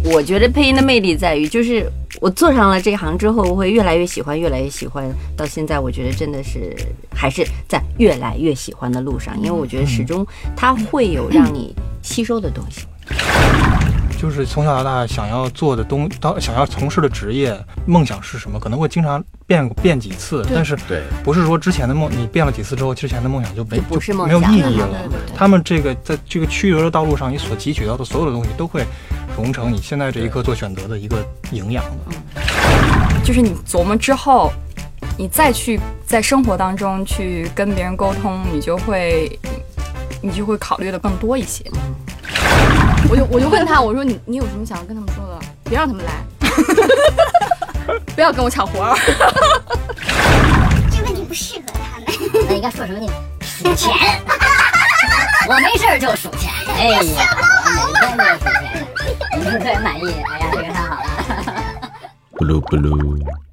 我觉得配音的魅力在于，就是我做上了这一行之后，我会越来越喜欢，越来越喜欢。到现在，我觉得真的是还是在越来越喜欢的路上，因为我觉得始终它会有让你吸收的东西。 就是从小到大想要做的想要从事的职业梦想是什么？可能会经常变几次，但是不是说之前的梦你变了几次之后，之前的梦想就没有意义了。他们这个在这个曲折的道路上，你所汲取到的所有的东西，都会融成你现在这一刻做选择的一个营养的。 就是你琢磨之后，你再去在生活当中去跟别人沟通，你就会考虑的更多一些。 我就问他，我说你有什么想要跟他们说的？别让他们来，不要跟我抢活儿。 这个问题不适合他们。那应该说什么呢？数钱。我没事就数钱。哎呀，我每天都数钱。你是特别满意？哎呀，这个太好了。 Blue blue。